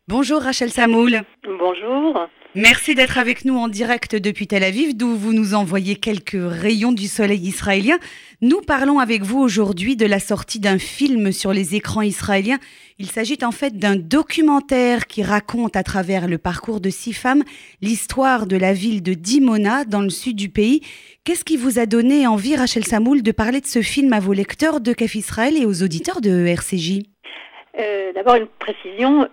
Bonjour Rachel Samoul. Bonjour. Merci d'être avec nous en direct depuis Tel Aviv, d'où vous nous envoyez quelques rayons du soleil israélien. Nous parlons avec vous aujourd'hui de la sortie d'un film sur les écrans israéliens. Il s'agit en fait d'un documentaire qui raconte à travers le parcours de 6 femmes l'histoire de la ville de Dimona dans le sud du pays. Qu'est-ce qui vous a donné envie, Rachel Samoul, de parler de ce film à vos lecteurs de CAF Israël et aux auditeurs de RCJ? D'abord une précision,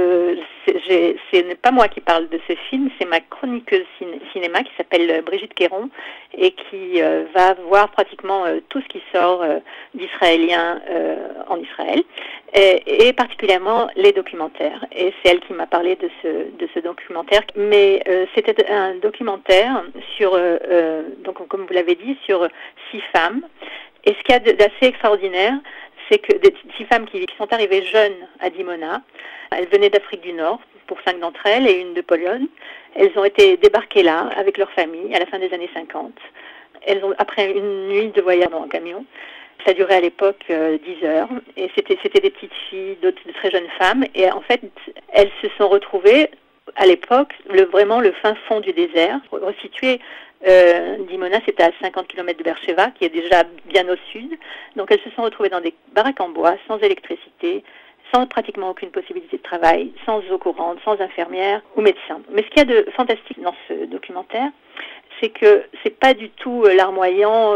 ce n'est pas moi qui parle de ce film, c'est ma chroniqueuse cinéma qui s'appelle Brigitte Quéron et qui va voir pratiquement tout ce qui sort d'israélien en Israël et particulièrement les documentaires. Et c'est elle qui m'a parlé de ce documentaire. Mais c'était un documentaire sur, donc comme vous l'avez dit, sur 6 femmes. Et ce qu'il y a d'assez extraordinaire, c'est que des 6 femmes qui sont arrivées jeunes à Dimona, elles venaient d'Afrique du Nord, pour 5 d'entre elles, et une de Pologne. Elles ont été débarquées là, avec leur famille, à la fin des années 50. Elles ont, après une nuit de voyage en camion, ça durait à l'époque 10 heures, et c'était des petites filles, de très jeunes femmes, et en fait, elles se sont retrouvées, à l'époque, vraiment le fin fond du désert, resitué. Dimona, c'était à 50 km de Beersheva, qui est déjà bien au sud. Donc elles se sont retrouvées dans des baraques en bois, sans électricité, sans pratiquement aucune possibilité de travail, sans eau courante, sans infirmière ou médecin. Mais ce qu'il y a de fantastique dans ce documentaire, c'est que c'est pas du tout larmoyant.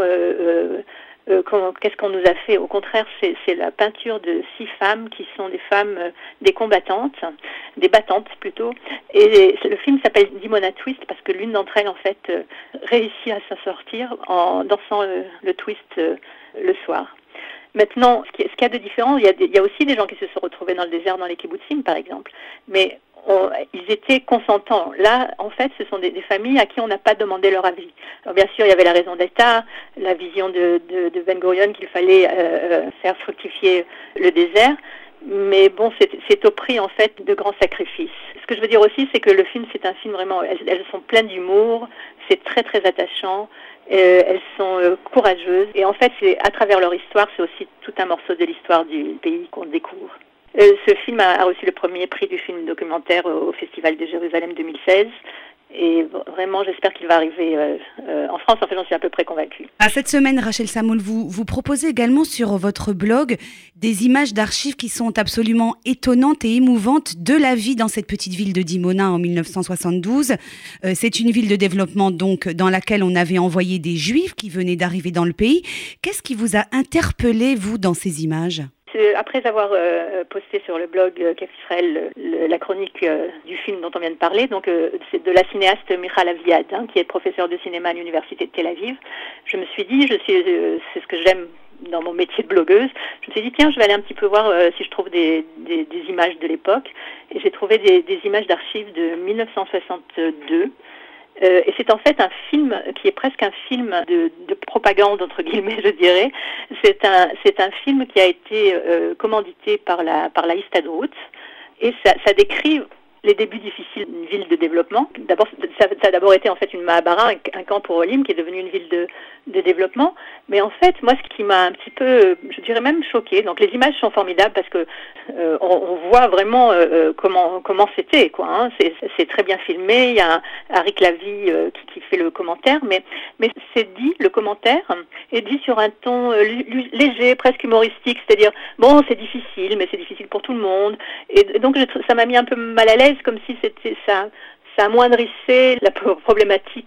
Qu'est-ce qu'on nous a fait? Au contraire, c'est la peinture de 6 femmes qui sont des femmes, des combattantes, des battantes plutôt. Et le film s'appelle Dimona Twist parce que l'une d'entre elles, en fait, réussit à s'en sortir en dansant le twist le soir. Maintenant, ce qu'il y a de différent, il y a aussi des gens qui se sont retrouvés dans le désert, dans les kibbutzim par exemple, mais ils étaient consentants. Là, en fait, ce sont des familles à qui on n'a pas demandé leur avis. Alors, bien sûr, il y avait la raison d'État, la vision de Ben Gurion qu'il fallait faire fructifier le désert, mais bon, c'est au prix, en fait, de grands sacrifices. Ce que je veux dire aussi, c'est que le film, c'est un film vraiment, elles sont pleines d'humour, c'est très, très attachant. Elles sont courageuses et en fait, c'est à travers leur histoire, c'est aussi tout un morceau de l'histoire du pays qu'on découvre. Ce film a reçu le premier prix du film documentaire au Festival de Jérusalem 2016. Et vraiment, j'espère qu'il va arriver en France. En fait, j'en suis à peu près convaincue. Cette semaine, Rachel Samoul, vous proposez également sur votre blog des images d'archives qui sont absolument étonnantes et émouvantes de la vie dans cette petite ville de Dimona en 1972. C'est une ville de développement donc dans laquelle on avait envoyé des Juifs qui venaient d'arriver dans le pays. Qu'est-ce qui vous a interpellé, vous, dans ces images ? Après avoir posté sur le blog CAF Israël la chronique du film dont on vient de parler, donc c'est de la cinéaste Michal Aviad, qui est professeure de cinéma à l'université de Tel Aviv, je me suis dit, c'est ce que j'aime dans mon métier de blogueuse, je me suis dit tiens, je vais aller un petit peu voir si je trouve des images de l'époque, et j'ai trouvé des images d'archives de 1962. Et c'est en fait un film qui est presque un film de propagande, entre guillemets, je dirais. C'est un film qui a été commandité par la Histadrut et ça décrit les débuts difficiles d'une ville de développement. D'abord, ça a d'abord été en fait une Mahabara, un camp pour Olim, qui est devenu une ville de développement. Mais en fait, moi, ce qui m'a un petit peu, je dirais même choquée, donc les images sont formidables parce que on voit vraiment comment c'était, quoi. C'est très bien filmé. Il y a Arik Lavi qui fait le commentaire, mais c'est dit, le commentaire est dit sur un ton léger, presque humoristique, c'est-à-dire bon, c'est difficile, mais c'est difficile pour tout le monde. Et donc ça m'a mis un peu mal à l'aise, comme si c'était ça amoindrissait la problématique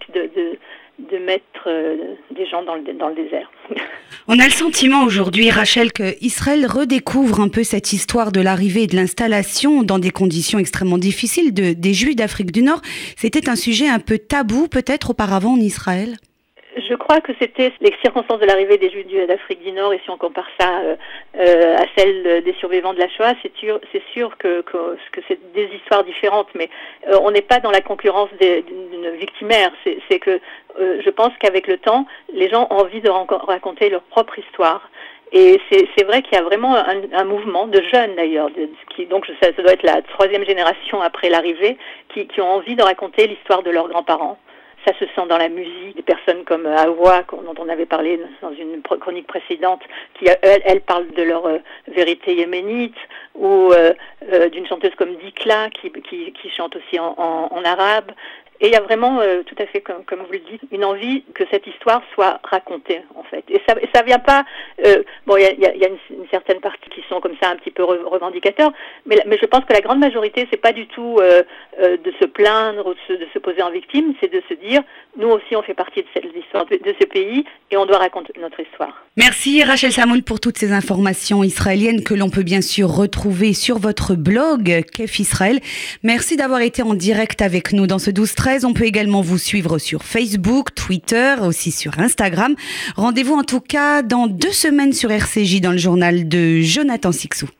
de mettre des gens dans le désert. On a le sentiment aujourd'hui, Rachel, que Israël redécouvre un peu cette histoire de l'arrivée et de l'installation dans des conditions extrêmement difficiles des Juifs d'Afrique du Nord. C'était un sujet un peu tabou peut-être auparavant en Israël? Je crois que c'était les circonstances de l'arrivée des Juifs d'Afrique du Nord, et si on compare ça à celles des survivants de la Shoah, c'est sûr que c'est des histoires différentes, mais on n'est pas dans la concurrence d'une victimaire. C'est que je pense qu'avec le temps, les gens ont envie de raconter leur propre histoire. Et c'est vrai qu'il y a vraiment un mouvement de jeunes d'ailleurs, donc ça doit être la 3e génération après l'arrivée, qui ont envie de raconter l'histoire de leurs grands-parents. ça se sent dans la musique. Des personnes comme Hawa, dont on avait parlé dans une chronique précédente, qui elle parle de leur vérité yéménite, ou d'une chanteuse comme Dikla qui chante aussi en arabe. Et il y a vraiment, tout à fait comme vous le dites, une envie que cette histoire soit racontée, en fait. Et ça vient pas... bon, il y a une certaine partie qui sont comme ça un petit peu revendicateurs, mais je pense que la grande majorité, c'est pas du tout de se plaindre ou de se poser en victime, c'est de se dire, nous aussi on fait partie de cette histoire de ce pays et on doit raconter notre histoire. Merci Rachel Samoun pour toutes ces informations israéliennes que l'on peut bien sûr retrouver sur votre blog Kef Israël. Merci d'avoir été en direct avec nous dans ce 12-13. On peut également vous suivre sur Facebook, Twitter, aussi sur Instagram. Rendez-vous en tout cas dans 2 semaines sur RCJ dans le journal de Jonathan Sixou.